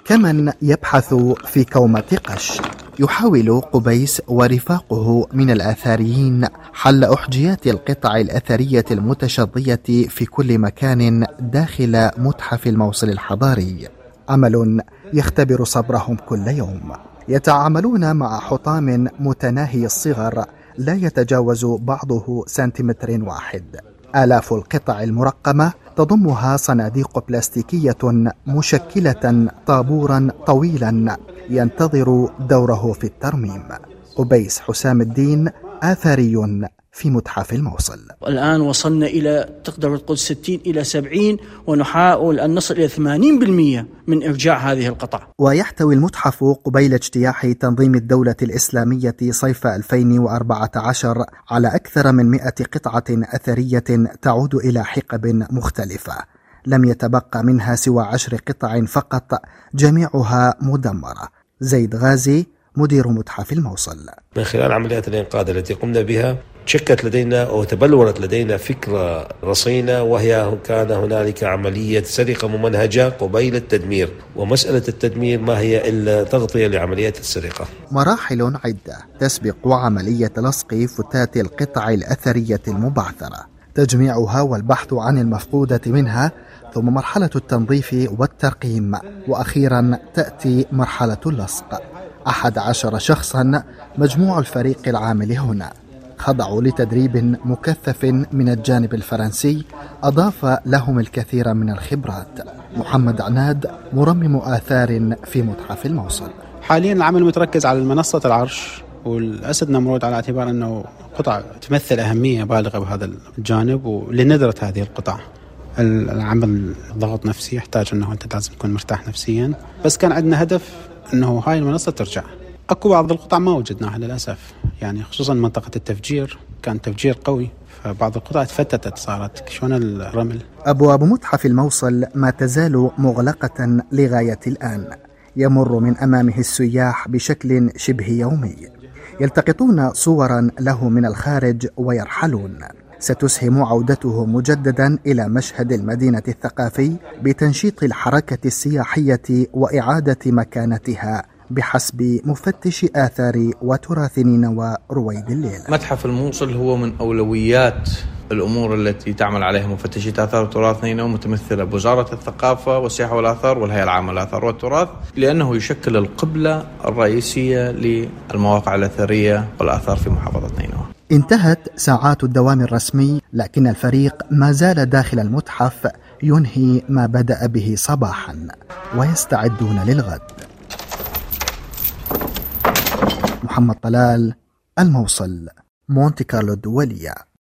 كمن يبحث في كومة قش. يحاول قبيس ورفاقه من الآثاريين حل أحجيات القطع الأثرية المتشظية في كل مكان داخل متحف الموصل الحضاري، عمل يختبر صبرهم كل يوم. يتعاملون مع حطام متناهي الصغر لا يتجاوز بعضه سنتيمتر واحد. آلاف القطع المرقمة تضمها صناديق بلاستيكية مشكلة طابورا طويلا ينتظر دوره في الترميم. قبيس حسام الدين آثاري في متحف الموصل. الآن وصلنا إلى تقدر تقول 60 إلى 70، ونحاول أن نصل إلى 80% من إرجاع هذه القطع. ويحتوي المتحف قبيل اجتياح تنظيم الدولة الإسلامية صيف 2014 على أكثر من 100 قطعة أثرية تعود إلى حقب مختلفة، لم يتبقى منها سوى 10 قطع فقط، جميعها مدمرة. زيد غازي مدير متحف الموصل: من خلال عمليات الإنقاذ التي قمنا بها شكت لدينا أو تبلورت لدينا فكرة رصينة، وهي كان هنالك عملية سرقة ممنهجة قبيل التدمير، ومسألة التدمير ما هي إلا تغطية لعمليات السرقة. مراحل عدة تسبق عملية لصق فتات القطع الأثرية المبعثرة، تجميعها والبحث عن المفقودة منها، ثم مرحلة التنظيف والترقيم، وأخيرا تأتي مرحلة اللصق. 11 شخصا مجموع الفريق العامل هنا، خضعوا لتدريب مكثف من الجانب الفرنسي أضاف لهم الكثير من الخبرات. محمد عناد مرمم آثار في متحف الموصل: حاليا العمل متركز على منصة العرش والأسد نمرود، على اعتبار أنه قطع تمثل أهمية بالغة بهذا الجانب، ولندرة هذه القطع العمل ضغط نفسي، يحتاج أنه أنت لازم تكون مرتاح نفسيا، بس كان عندنا هدف أنه هاي المنصة ترجع. أكو بعض القطع ما وجدناها للأسف، يعني خصوصا منطقة التفجير كان تفجير قوي، فبعض القطع تفتتت، صارت شلون الرمل. أبواب متحف الموصل ما تزال مغلقة لغاية الآن، يمر من أمامه السياح بشكل شبه يومي، يلتقطون صورا له من الخارج ويرحلون. ستسهم عودته مجددا إلى مشهد المدينة الثقافي بتنشيط الحركة السياحية وإعادة مكانتها بحسب مفتش آثار وتراث نينوى رويد الليل. متحف الموصل هو من أولويات الأمور التي تعمل عليها مفتشية آثار وتراث نينوى، متمثلة بوزارة الثقافة والسياحة والآثار والهيئة العامة للآثار والتراث، لأنه يشكل القبلة الرئيسية للمواقع الأثرية والآثار في محافظة نينوى. انتهت ساعات الدوام الرسمي، لكن الفريق ما زال داخل المتحف ينهي ما بدأ به صباحا ويستعدون للغد. محمد طلال، الموصل، مونتي كارلو الدولية.